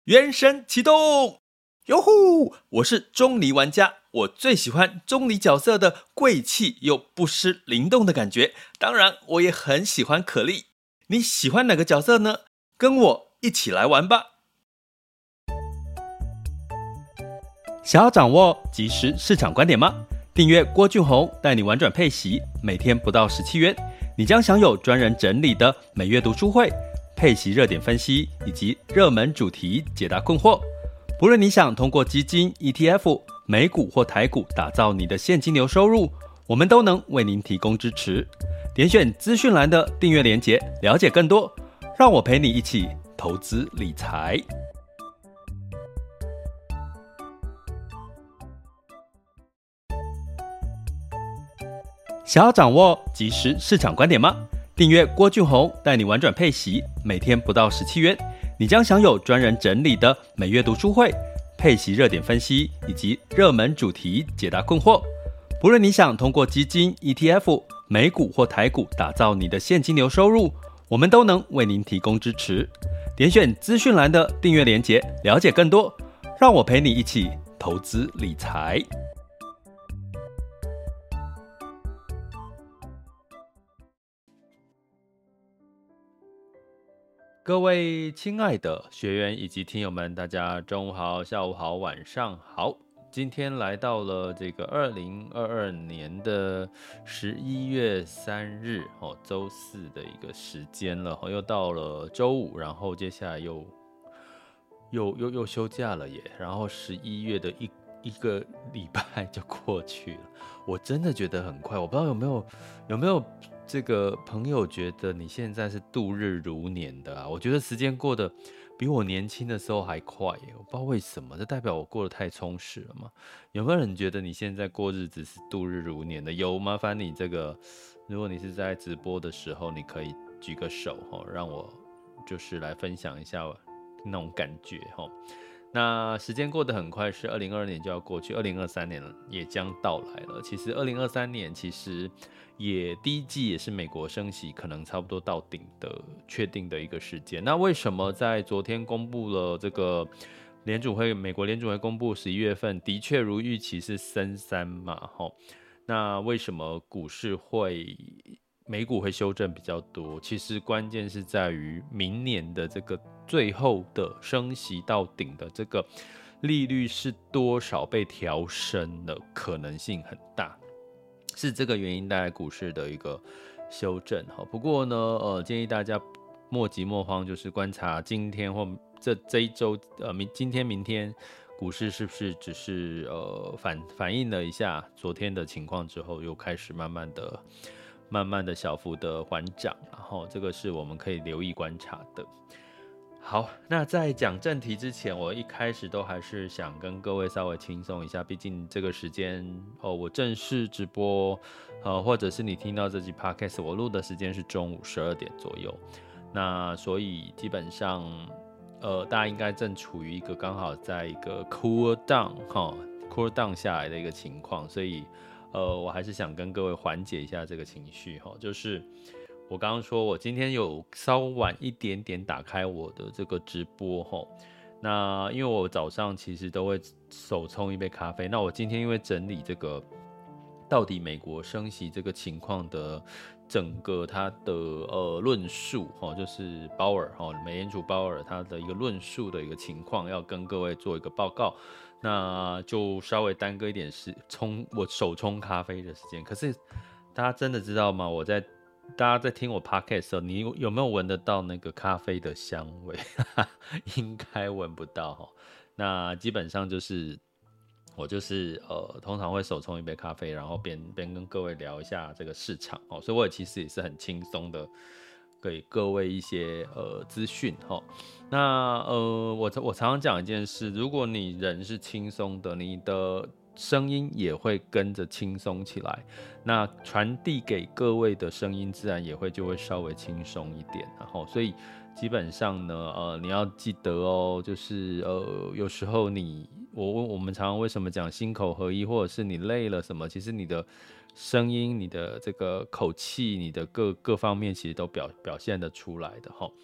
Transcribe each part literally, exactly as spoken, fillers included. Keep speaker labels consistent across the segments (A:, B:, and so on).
A: 原神启动，哟呼！我是钟离玩家，我最喜欢钟离角色的贵气又不失灵动的感觉。当然，我也很喜欢可莉。你喜欢哪个角色呢？跟我一起来玩吧！想要掌握即时市场观点吗？订阅郭俊宏带你玩转配息，每天不到十七元，你将享有专人整理的每月读书会、配息热点分析以及热门主题解答困惑。不论你想通过基金、E T F、美股或台股打造你的现金流收入，我们都能为您提供支持。点选资讯栏的订阅连结，了解更多。让我陪你一起投资理财。想要掌握即时市场观点吗？订阅郭俊宏带你玩转配息，每天不到十七元，你将享有专人整理的每月读书会、配息热点分析以及热门主题解答困惑。不论你想通过基金、E T F、美股或台股打造你的现金流收入，我们都能为您提供支持。点选资讯栏的订阅连结，了解更多。让我陪你一起投资理财。各位亲爱的学员以及听友们，大家中午好、下午好、晚上好。今天来到了这个二零二二年的十一月三日，哦，周四的一个时间了，又到了周五，然后接下来又又又又休假了耶，然后十一月的一一个礼拜就过去了，我真的觉得很快，我不知道有没有有没有。这个朋友觉得你现在是度日如年的啊？我觉得时间过得比我年轻的时候还快耶，我不知道为什么，这代表我过得太充实了吗？有没有人觉得你现在过日子是度日如年的？有，麻烦你这个，如果你是在直播的时候，你可以举个手哈，让我就是来分享一下那种感觉哈。那时间过得很快，是二零二二年就要过去，二零二三年也将到来了。其实二零二三年其实也第一季也是美国升息可能差不多到顶的确定的一个时间。那为什么在昨天公布了这个联储会，美国联储会公布十一月份的确如预期是升三嘛？那为什么股市会？美股会修正比较多，其实关键是在于明年的这个最后的升息到顶的这个利率是多少被调升的可能性很大，是这个原因带来股市的一个修正。不过呢，呃，建议大家莫急莫慌，就是观察今天或这这一周，呃，明今天明天股市是不是只是呃反反映了一下昨天的情况之后，又开始慢慢的。慢慢的小幅的缓涨，然后这个是我们可以留意观察的。好，那在讲正题之前，我一开始都还是想跟各位稍微轻松一下，毕竟这个时间哦，我正式直播，呃，或者是你听到这集 podcast， 我录的时间是中午十二点左右，那所以基本上，呃，大家应该正处于一个刚好在一个 cool down 哈、哦、，cool down 下来的一个情况，所以。呃，我还是想跟各位缓解一下这个情绪哈，就是我刚刚说我今天有稍晚一点点打开我的这个直播哈，那因为我早上其实都会手冲一杯咖啡，那我今天因为整理这个到底美国升息这个情况的整个他的呃论述哈，就是鲍尔哈，美联储鲍尔他的一个论述的一个情况，要跟各位做一个报告。那就稍微耽搁一点时冲我手冲咖啡的时间。可是大家真的知道吗？我在大家在听我 podcast 的时候，你有没有闻得到那个咖啡的香味？应该闻不到哈。那基本上就是我就是呃，通常会手冲一杯咖啡，然后边边跟各位聊一下这个市场哦。所以我其实也是很轻松的。给各位一些呃资讯哈，那呃我我常常讲一件事，如果你人是轻松的，你的声音也会跟着轻松起来，那传递给各位的声音自然也会就会稍微轻松一点，然后所以基本上呢，呃你要记得哦，就是呃有时候你我我们常常为什么讲心口合一，或者是你累了什么，其实你的。声音、你的这个口气、你的各各方面，其实都表表现得出来的哈。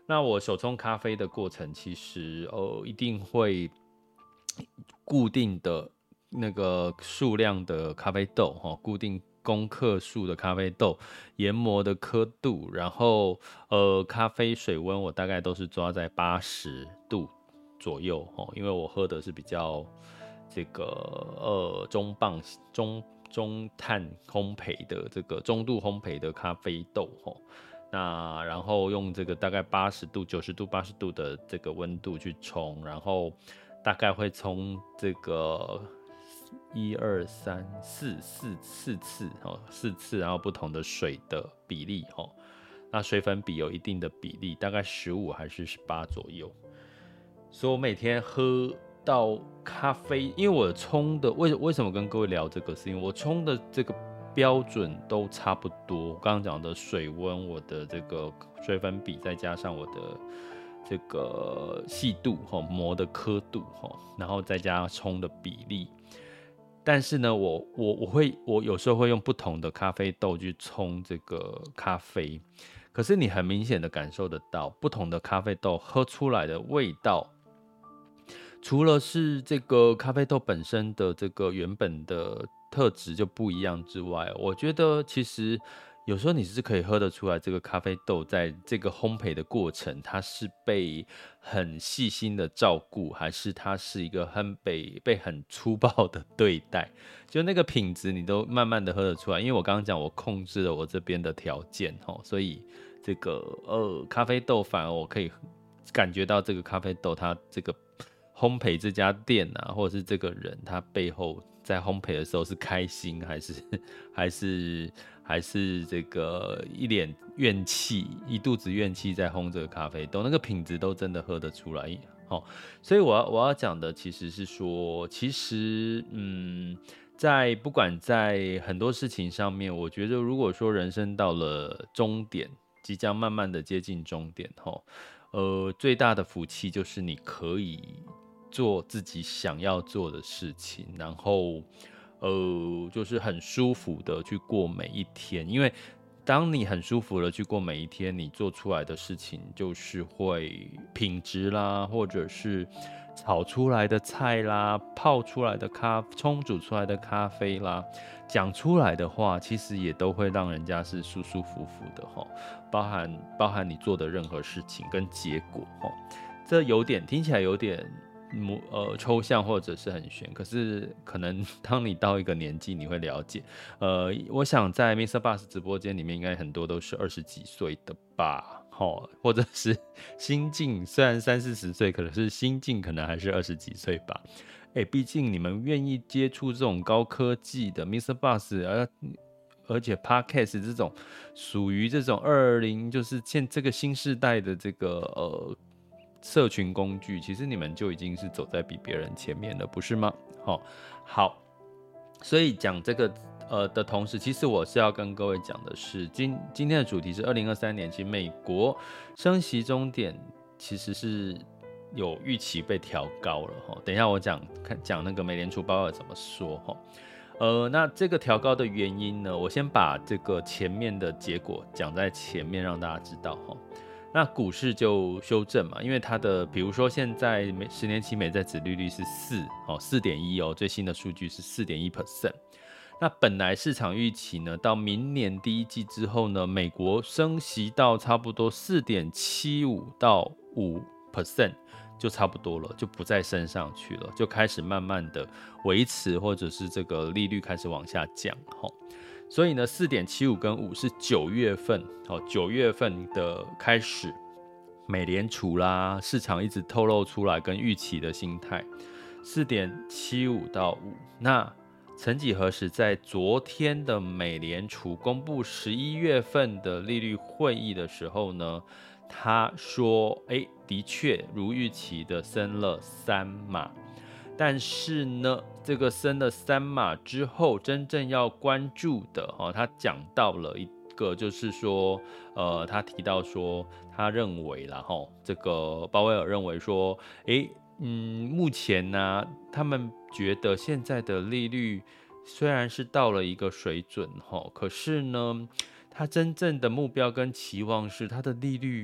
A: 那我手冲咖啡的过程，其实呃一定会固定的那个数量的咖啡豆，哈，固定公克数的咖啡豆，研磨的刻度，然后呃咖啡水温我大概都是抓在八十度左右，哈，因为我喝的是比较这个呃中磅中中碳烘焙的这个中度烘焙的咖啡豆，哈。那然后用这个大概八十度、九十度、八十度的这个温度去冲，然后大概会冲这个一二三四四四次哦，四次，然后不同的水的比例哦，那水粉比有一定的比例，大概十五还是十八左右。所以我每天喝到咖啡，因为我冲的为为什么跟各位聊这个，是因为我冲的这个标准都差不多。刚刚讲的水温，我的这个水粉比，再加上我的这个细度哈，磨的刻度哈，然后再加上冲的比例。但是呢，我我我会我有时候会用不同的咖啡豆去冲这个咖啡，可是你很明显的感受得到，不同的咖啡豆喝出来的味道。除了是这个咖啡豆本身的这个原本的特质就不一样之外，我觉得其实有时候你是可以喝得出来，这个咖啡豆在这个烘焙的过程，它是被很细心的照顾，还是它是一个很被被很粗暴的对待？就那个品质，你都慢慢的喝得出来。因为我刚刚讲，我控制了我这边的条件，所以这个呃咖啡豆反而我可以感觉到这个咖啡豆它这个烘焙这家店啊，或者是这个人，他背后在烘焙的时候是开心，还是还是还是这个一脸怨气，一肚子怨气在烘这个咖啡豆，那个品质都真的喝得出来。哦，所以我要我要讲的其实是说，其实嗯，在不管在很多事情上面，我觉得如果说人生到了终点，即将慢慢的接近终点，吼，呃，最大的福气就是你可以做自己想要做的事情，然后呃，就是很舒服的去过每一天。因为当你很舒服的去过每一天，你做出来的事情就是会品质啦，或者是炒出来的菜啦，泡出来的咖冲煮出来的咖啡啦，讲出来的话，其实也都会让人家是舒舒服服的哈，包含包含你做的任何事情跟结果哈。这有点听起来有点呃抽象或者是很玄，可是可能当你到一个年纪，你会了解。呃，我想在 mister Bus 直播间里面，应该很多都是二十几岁的吧，齁，或者是心境虽然三四十岁，可是心境可能还是二十几岁吧。哎，毕竟你们愿意接触这种高科技的 mister Bus，而而且 Podcast 这种属于这种二零就是现这个新世代的这个呃。社群工具，其实你们就已经是走在比别人前面了，不是吗？哦，好，所以讲这个呃的同时，其实我是要跟各位讲的是，今今天的主题是二零二三年，其实美国升息终点其实是有预期被调高了哈。等一下我讲讲那个美联储报告怎么说哈。呃，那这个调高的原因呢，我先把这个前面的结果讲在前面，让大家知道哈。那股市就修正嘛，因为它的比如说现在美十年期美债殖利率是四哦四点一哦，最新的数据是四点一 percent。那本来市场预期呢，到明年第一季之后呢，美国升息到差不多四点七五到五 percent 就差不多了，就不再升上去了，就开始慢慢的维持，或者是这个利率开始往下降哈。所以呢，四点七五跟五是九月份，好，九月份的开始，美联储啦，市场一直透露出来跟预期的心态，四点七五到五。那曾几何时，在昨天的美联储公布十一月份的利率会议的时候呢，他说，哎，的确如预期的升了三码。但是呢，这个升了三码之后，真正要关注的哦，他讲到了一个，就是说，呃，他提到说，他认为啦，哈，这个鲍威尔认为说，诶，嗯，目前呢、啊，他们觉得现在的利率虽然是到了一个水准，哈，可是呢，他真正的目标跟期望是，他的利率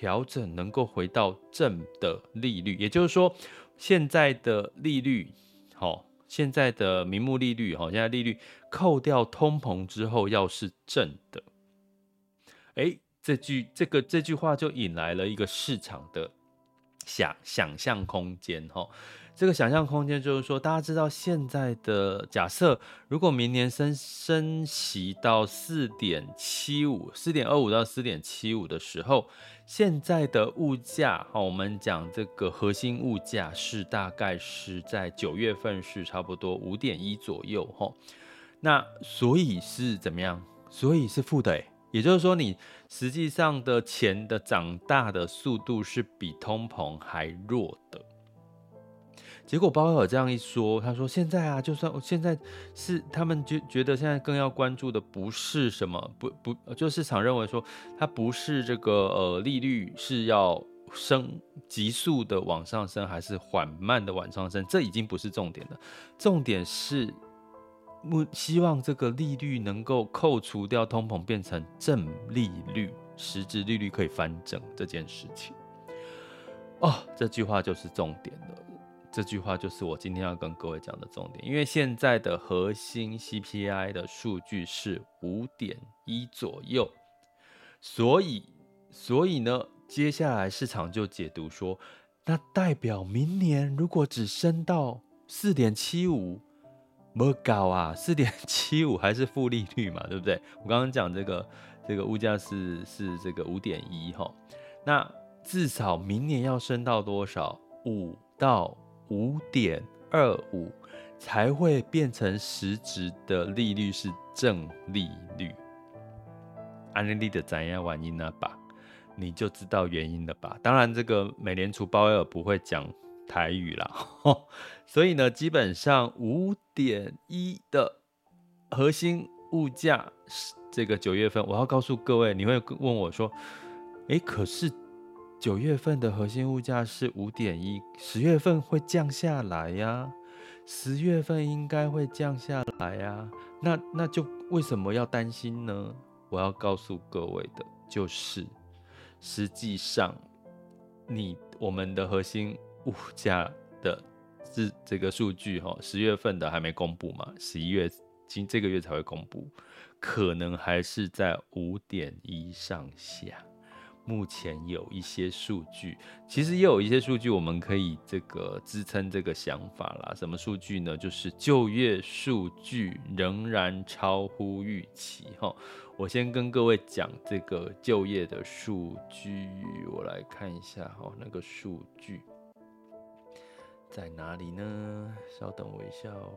A: 调整能够回到正的利率，也就是说，现在的利率，好，现在的名目利率，好，现在利率扣掉通膨之后，要是正的，哎，这句这个这句话就引来了一个市场的想想象空间，哈。这个想象空间就是说，大家知道现在的假设，如果明年升升息到四点七五、四点二五到四点七五的时候，现在的物价，我们讲这个核心物价是大概是在九月份是差不多五点一左右，哈。那所以是怎么样？所以是负的，欸，也就是说，你实际上的钱的长大的速度是比通膨还弱的。结果鲍威尔这样一说，他说现在啊，就算现在是他们觉觉得现在更要关注的不是什么，不不，就市场认为说它不是这个呃利率是要升急速的往上升，还是缓慢的往上升，这已经不是重点了，重点是希望这个利率能够扣除掉通膨，变成正利率，实质利率可以翻正这件事情。哦，这句话就是重点了。这句话就是我今天要跟各位讲的重点，因为现在的核心 C P I 的数据是 五点一 左右，所以所以呢，接下来市场就解读说，那代表明年如果只升到 四点七五， 没搞啊 ,四点七五 还是负利率嘛，对不对？我刚刚讲这个这个物价是是这个 五点一 齁，那至少明年要升到多少？五到五点二五 才会变成实质的利率是正利率。安利的怎样原因了吧？你就知道原因了吧？当然，这个美联储鲍威尔不会讲台语啦，所以呢，基本上 五点一 的核心物价，这个九月份，我要告诉各位，你会问我说，诶，可是九月份的核心物价是 五点一， 十月份会降下来呀，十月份应该会降下来呀，那那就为什么要担心呢？我要告诉各位的就是，实际上你我们的核心物价的这这个数据哈，十月份的还没公布嘛，十一月今这个月才会公布，可能还是在 五点一 上下。目前有一些数据，其实也有一些数据我们可以这个支撑这个想法啦。什么数据呢？就是就业数据仍然超乎预期。我先跟各位讲这个就业的数据，我来看一下那个数据在哪里呢？稍等我一下哦。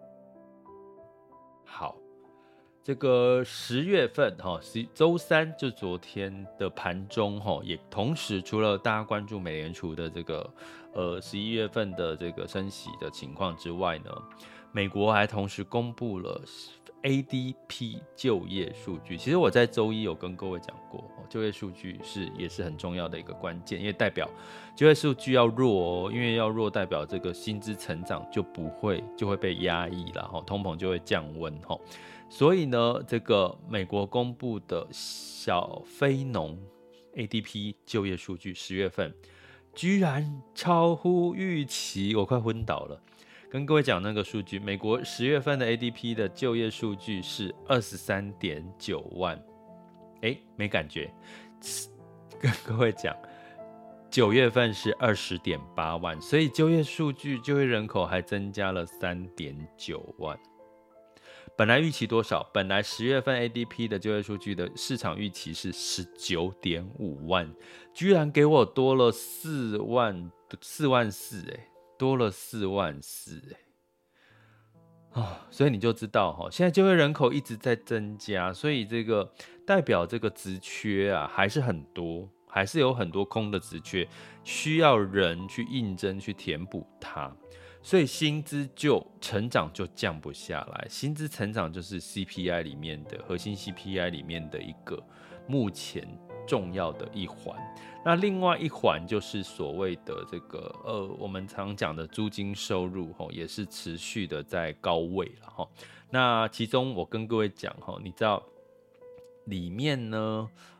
A: 好。这个十月份哈，周三就昨天的盘中哈，也同时除了大家关注美联储的这个呃十一月份的这个升息的情况之外呢，美国还同时公布了 A D P 就业数据。其实我在周一有跟各位讲过，就业数据是也是很重要的一个关键，因为代表就业数据要弱哦，因为要弱代表这个薪资成长就不会就会被压抑了哈，通膨就会降温哈。所以呢，这个美国公布的小非农 A D P 就业数据，十月份居然超乎预期，我快昏倒了。跟各位讲那个数据，美国十月份的 A D P 的就业数据是 二十三点九万，哎，没感觉。跟各位讲，九月份是 二十点八万，所以就业数据就业人口还增加了 三点九万。本来预期多少？本来十月份 A D P 的就业数据的市场预期是 十九点五万，居然给我多了四万四万四，哎，多了四万四，哎，啊，所以你就知道哈，现在就业人口一直在增加，所以这个代表这个职缺啊还是很多，还是有很多空的职缺，需要人去应征去填补它。所以薪资就成长就降不下来，薪资成长就是 C P I 里面的核心 C P I 里面的一个目前重要的一环。那另外一环就是所谓的这个呃，我们常讲的租金收入吼，也是持续的在高位了哈。那其中我跟各位讲哈，你知道里面呢，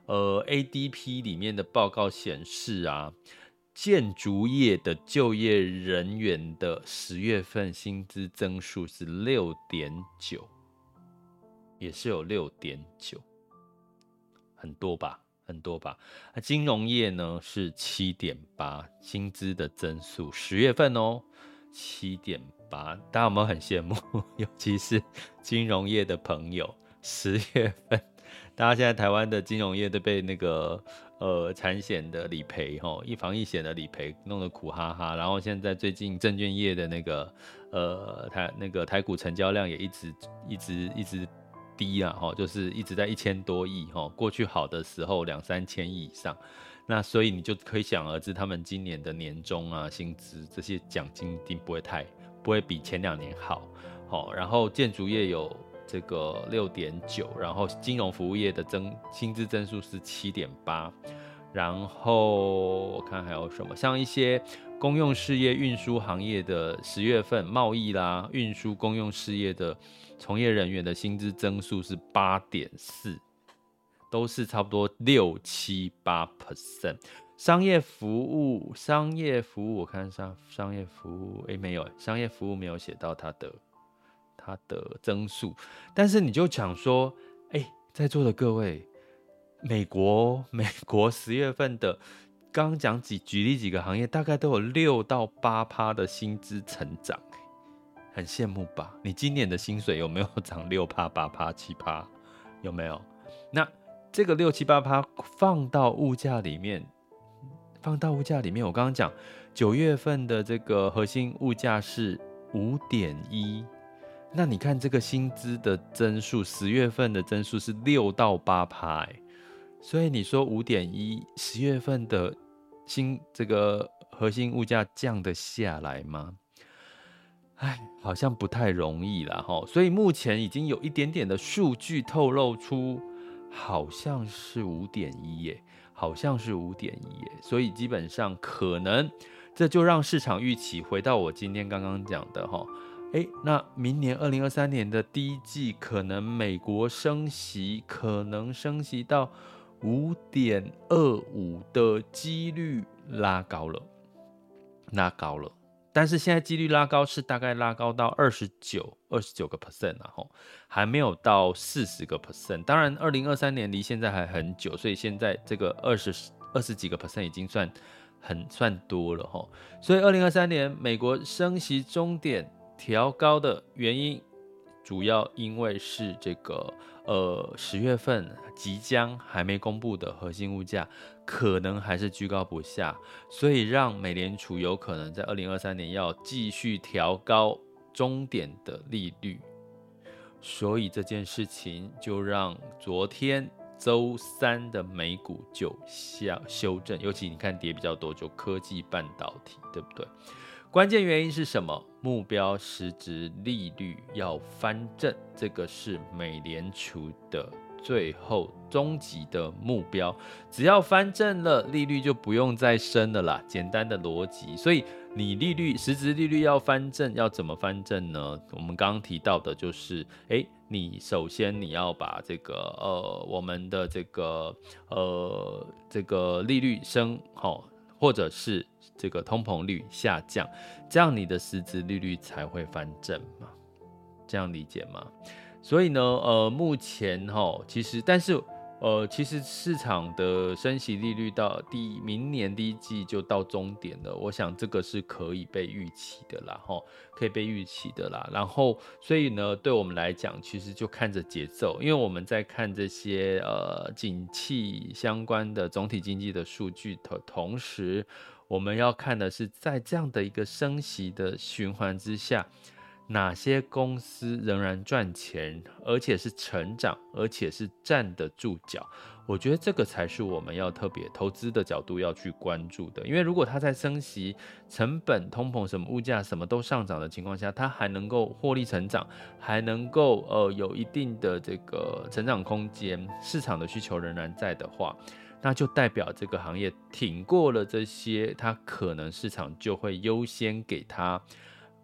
A: 呃 A D P 里面的报告显示啊，建筑业的就业人员的十月份薪资增速是 六点九， 也是有 六点九， 很多吧？很多吧？那金融业呢是 七点八， 薪资的增速十月份哦 七点八， 大家有没有很羡慕？尤其是金融业的朋友，十月份大家现在台湾的金融业都被那个呃产险的理赔吼，一防疫险的理赔弄得苦哈哈，然后现在最近证券业的那个呃台那个台股成交量也一直一直一直低啊，就是一直在一千多亿，过去好的时候两三千亿以上，那所以你就可以想而知，他们今年的年终啊、薪资这些奖金一定不会太不会比前两年好，好，然后建筑业有这个 六点九， 然后金融服务业的增薪资增速是 七点八， 然后我看还有什么，像一些公用事业、运输行业的十月份贸易啦、运输、公用事业的从业人员的薪资增速是 八点四， 都是差不多六七八 percent。商业服务，商业服务，我看商商业服务，哎，没有，商业服务没有写到它的它的增速，但是你就讲说，哎，在座的各位，美国美国十月份的，刚刚讲几举例几个行业，大概都有六到八趴的薪资成长，很羡慕吧？你今年的薪水有没有涨六趴、八趴、七趴？有没有？那这个六七八趴放到物价里面。放到物价里面，我刚刚讲九月份的这个核心物价是 五点一， 那你看这个薪资的增速，十月份的增速是六到八趴，所以你说 五点一， 十月份的新这个核心物价降得下来吗？哎，好像不太容易啦齁，所以目前已经有一点点的数据透露出，好像是 五点一 耶。好像是 五点一 耶，所以基本上可能这就让市场预期回到我今天刚刚讲的齁，哎，那明年二零二三年的第一季，可能美国升息，可能升息到 五点二五 的几率拉高了，拉高了。但是现在几率拉高是大概拉高到二十九个 percent 啊，还没有到 百分之四十。当然二零二三年离现在还很久，所以现在这个二十二十几个 percent 已经算很算多了齁。所以二零二三年美国升息终点调高的原因，主要因为是这个呃十月份即将还没公布的核心物价可能还是居高不下，所以让美联储有可能在二零二三年要继续调高终点的利率，所以这件事情就让昨天周三的美股就下修正，尤其你看跌比较多，就科技半导体，对不对？关键原因是什么？目标实质利率要翻正，这个是美联储的最后终极的目标。只要翻正了，利率就不用再升了啦，简单的逻辑。所以你利率实质利率要翻正，要怎么翻正呢？我们刚刚提到的就是，哎，你首先你要把这个呃我们的这个呃这个利率升好。或者是这个通膨率下降，这样你的实质利率才会翻正嘛？这样理解吗？所以呢，呃，目前哈，其实但是呃，其实市场的升息利率到第明年第一季就到终点了，我想这个是可以被预期的啦，哈，可以被预期的啦。然后，所以呢，对我们来讲，其实就看着节奏，因为我们在看这些呃景气相关的总体经济的数据的同时，我们要看的是在这样的一个升息的循环之下，哪些公司仍然赚钱，而且是成长，而且是站得住脚？我觉得这个才是我们要特别投资的角度要去关注的。因为如果它在升息、成本、通膨、什么物价什么都上涨的情况下，它还能够获利成长，还能够呃有一定的这个成长空间，市场的需求仍然在的话，那就代表这个行业挺过了这些，它可能市场就会优先给它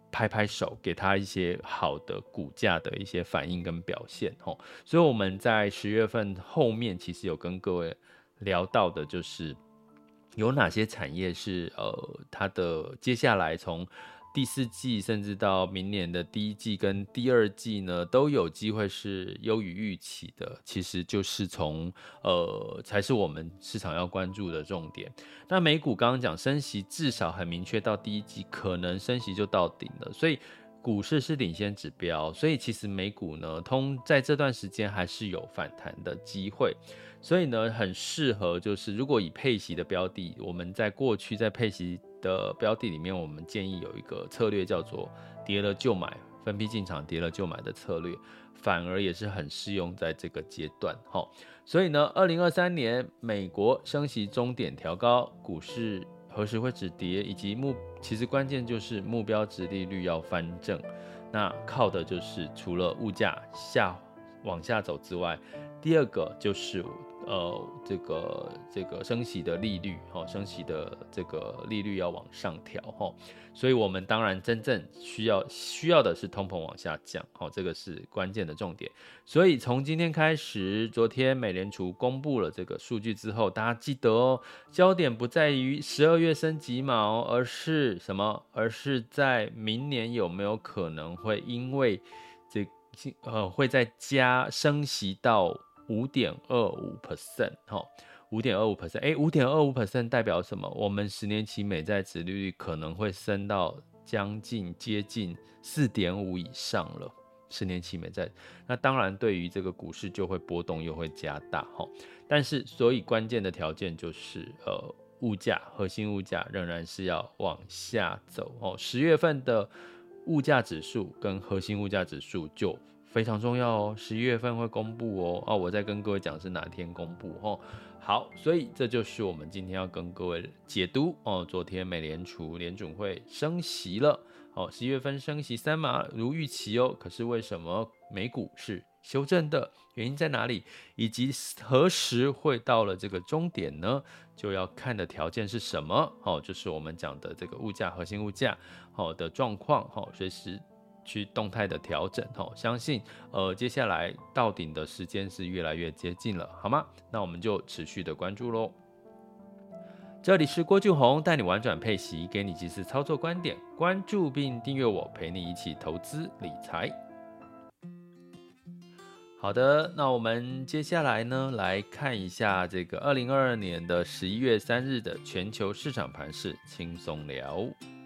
A: 拍拍手，给它一些好的股价的一些反应跟表现吼。所以我们在十月份后面其实有跟各位聊到的，就是有哪些产业是呃它的接下来从第四季甚至到明年的第一季跟第二季呢，都有机会是优于预期的，其实就是从呃才是我们市场要关注的重点。那美股刚刚讲升息，至少很明确到第一季可能升息就到顶了，所以股市是领先指标，所以其实美股呢，通在这段时间还是有反弹的机会。所以呢，很适合就是如果以配息的标的，我们在过去在配息的标的里面，我们建议有一个策略叫做跌了就买，分批进场，跌了就买的策略，反而也是很适用在这个阶段。所以呢，二零二三年美国升息终点调高，股市何时会止跌，以及目其实关键就是目标殖利率要翻正，那靠的就是除了物价下往下走之外，第二个就是呃这个这个升息的利率，哈、哦，升息的这个利率要往上调，哈、哦，所以我们当然真正需要需要的是通膨往下降，好、哦，这个是关键的重点。所以从今天开始，昨天美联储公布了这个数据之后，大家记得哦，焦点不在于十二月升几码哦，而是什么？而是在明年有没有可能会因为这呃会再加升息到五点二五 percent 哈，五点二五 percent， 哎，五点二五 percent 代表什么？我们十年期美债殖利率可能会升到将近接近 四点五 以上了。十年期美债，那当然对于这个股市就会波动又会加大哈。但是所以关键的条件就是呃物价核心物价仍然是要往下走哦。十月份的物价指数跟核心物价指数就非常重要哦，十一月份会公布哦。哦，我再跟各位讲是哪天公布哦。好，所以这就是我们今天要跟各位解读哦。昨天美联储联准会升息了。哦，十一月份升息三码如预期哦，可是为什么美股是修正的？原因在哪里？以及何时会到了这个终点呢？就要看的条件是什么？哦，就是我们讲的这个物价、核心物价哦的状况，哦，随时去动态的调整。哦，相信呃接下来到顶的时间是越来越接近了，好吗？那我们就持续的关注咯。这里是郭俊宏，带你玩转配息，给你及时操作观点，关注并订阅我，陪你一起投资理财。好的，那我们接下来呢，来看一下这个二零二二年的十一月三日的全球市场盘势，轻松聊。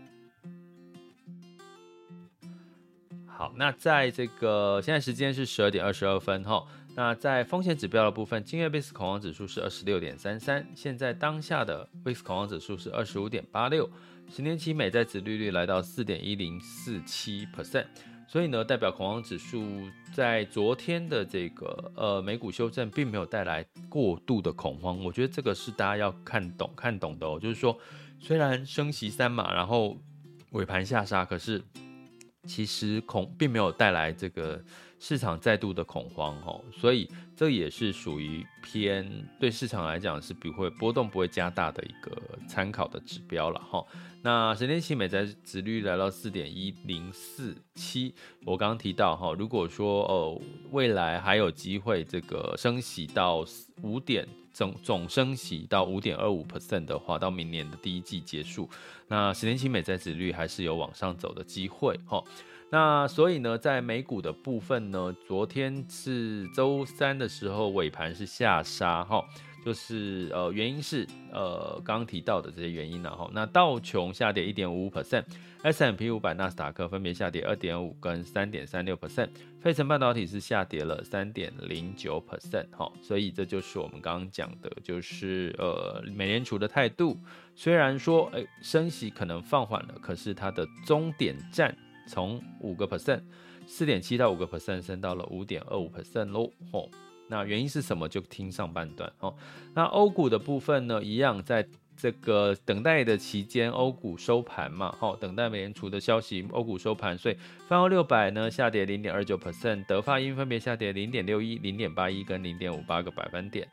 A: 好，那在这个现在时间是十二点二十二分哈。那在风险指标的部分，今日 V I X 恐慌指数是 二十六点三三， 现在当下的 V I X 恐慌指数是 二十五点八六， 十年期美债殖利率来到 四点一零四七 percent， 所以呢，代表恐慌指数在昨天的这个呃美股修正并没有带来过度的恐慌，我觉得这个是大家要看懂看懂的哦，就是说虽然升息三码，然后尾盘下杀，可是其实恐并没有带来这个市场再度的恐慌哦，所以这也是属于偏对市场来讲是不会波动不会加大的一个参考的指标了哈。那十年期美债殖利率来到 四点一零四七， 我刚刚提到哈，如果说哦未来还有机会这个升息到五点总总升息到 五点二五 percent 的话，到明年的第一季结束，那十年期美债殖利率还是有往上走的机会哈。那所以呢，在美股的部分呢，昨天是周三的时候尾盘是下杀哈，就是呃原因是呃刚刚提到的这些原因啦哈。那道琼下跌 一点五五 percent，S and P 五百 纳斯达克分别下跌 二点五 跟 三点三六 percent， 费城半导体是下跌了 三点零九 percent 哈。所以这就是我们刚刚讲的，就是呃美联储的态度，虽然说哎升息可能放缓了，可是它的终点站从 百分之五 四点七 到 百分之五 升到了 五点二五 percent 咯、哦、那原因是什么就听上半段、哦、那欧股的部分呢，一样在这个等待的期间，欧股收盘嘛、哦、等待美联储的消息，欧股收盘，所以泛欧六百呢下跌 零点二九 percent， 德法英分别下跌 零点六一 零点八一 跟 零点五八 个百分点。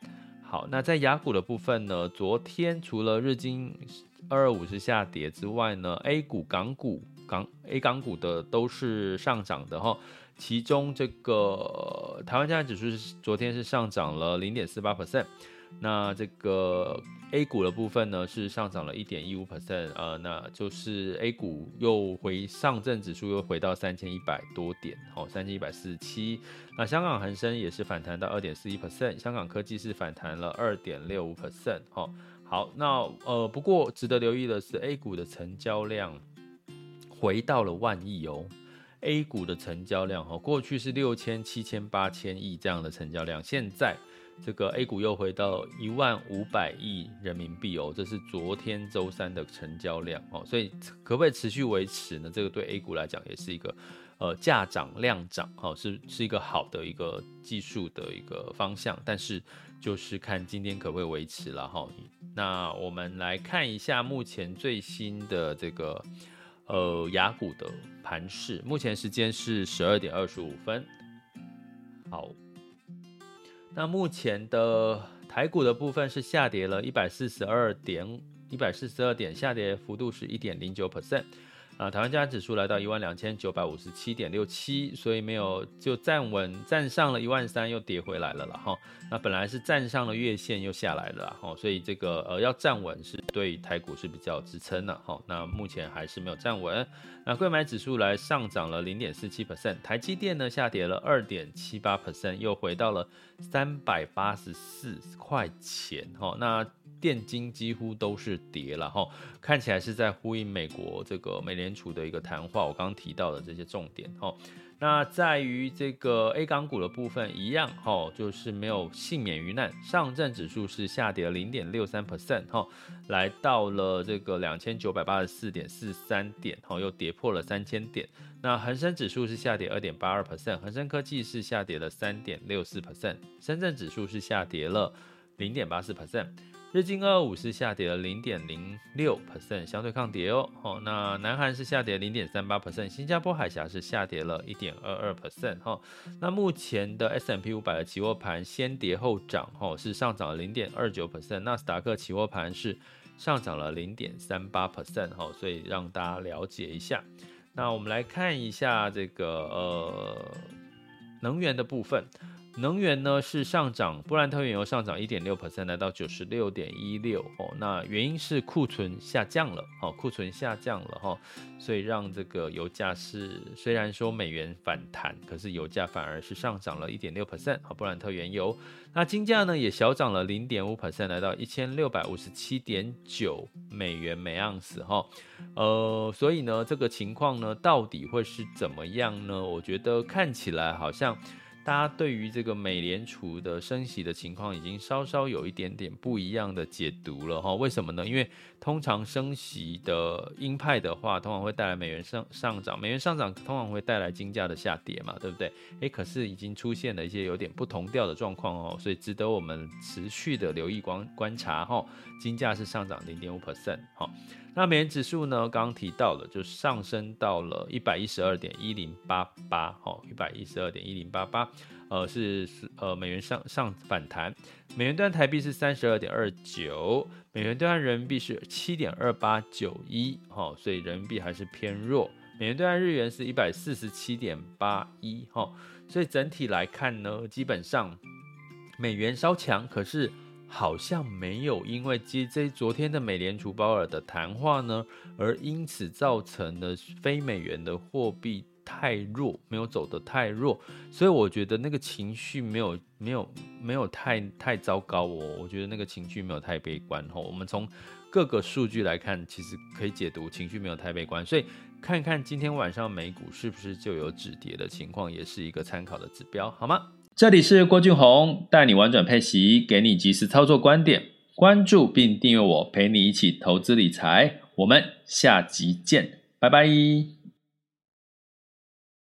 A: 好，那在亚股的部分呢，昨天除了日经二二五是下跌之外呢 ，A 股、港股、港 A 港股的都是上涨的哈。其中这个台湾加权指数是昨天是上涨了 百分之零点四八， 那这个 A 股的部分呢是上涨了 百分之一点一五， 呃，那就是 A 股又回上证指数又回到三千一百多点，哦，三千一百四十七。那香港恒生也是反弹到 二点四一， 香港科技是反弹了 二点六五，哦。好，那呃，不过值得留意的是 A 股的成交量回到了万亿哦。A 股的成交量过去是六千、七千、八千亿这样的成交量，现在这个 A 股又回到一万五百亿人民币哦，这是昨天周三的成交量哦，所以可不可以持续维持呢？这个对 A 股来讲也是一个呃价涨量涨哦，是是一个好的一个技术的一个方向，但是就是看今天可不可以维持了哈。那我们来看一下目前最新的这个。呃，亚股的盘势，目前时间是十二点二十五分。好，那目前的台股的部分是下跌了一百四十二点，一百四十二点，下跌幅度是 百分之一点零九。啊，台湾加权指数来到一万两千九百五十七点六七，所以没有就站稳，站上了一万三，又跌回来了啦哈。那本来是站上了月线又下来了啦哈，所以这个呃要站稳是对台股是比较有支撑的哈。那目前还是没有站稳。那柜买指数来上涨了 百分之零点四七， 台积电呢下跌了 二点七八， 又回到了三百八十四块钱哈。那电金几乎都是跌了哈，看起来是在呼应美国这个美联储的一个谈话，我刚刚提到的这些重点哈。那在于这个 A 港股的部分一样哈，就是没有幸免于难，上证指数是下跌了 零点六三 哈，来到了这个两千九百八十四点四三点哈，又跌破了三千点。那恒生指数是下跌 二点八二， 恒生科技是下跌了 三点六四， 深圳指数是下跌了 零点八四。日经二二五是下跌了 零点零六， 相对抗跌哦。哦，那南韩是下跌 零点三八， 新加坡海峡是下跌了 一点二二。哦，那目前的 S and P 五百 的期货盘先跌后涨，哦，是上涨了 零点二九， 纳斯达克期货盘是上涨了 零点三八， 哦，所以让大家了解一下。那我们来看一下这个呃能源的部分。能源呢是上涨，布兰特原油上涨 百分之一点六， 来到 九十六点一六，哦，那原因是库存下降了，哦，库存下降了，哦，所以让这个油价是虽然说美元反弹，可是油价反而是上涨了 百分之一点六，哦，布兰特原油。那金价呢也小涨了 零点五， 来到一千六百五十七点九美元每盎司，哦，呃，所以呢这个情况呢到底会是怎么样呢？我觉得看起来好像大家对于这个美联储的升息的情况已经稍稍有一点点不一样的解读了哈。为什么呢？因为通常升息的鹰派的话，通常会带来美元上上涨，美元上涨通常会带来金价的下跌嘛，对不对？诶，可是已经出现了一些有点不同调的状况哦，所以值得我们持续的留意观观察哈。金价是上涨 零点五 percent 哈。那美元指数呢？刚刚提到了，就上升到了 一百一十二点一零八八， 哦 ，一百一十二点一零八八， 呃，是呃美元上上反弹。美元兑换台币是 三十二点二九， 美元兑换人民币是 七点二八九一， 哦，所以人民币还是偏弱。美元兑换日元是 一百四十七点八一， 哦，所以整体来看呢，基本上美元稍强，可是好像没有因为接这昨天的美联储鲍尔的谈话呢，而因此造成的非美元的货币太弱，没有走得太弱，所以我觉得那个情绪没有没有没有太太糟糕哦，我觉得那个情绪没有太悲观哦。我们从各个数据来看，其实可以解读情绪没有太悲观，所以看看今天晚上美股是不是就有止跌的情况，也是一个参考的指标，好吗？这里是郭俊宏，带你玩转配息，给你及时操作观点，关注并订阅我，陪你一起投资理财，我们下集见，拜拜。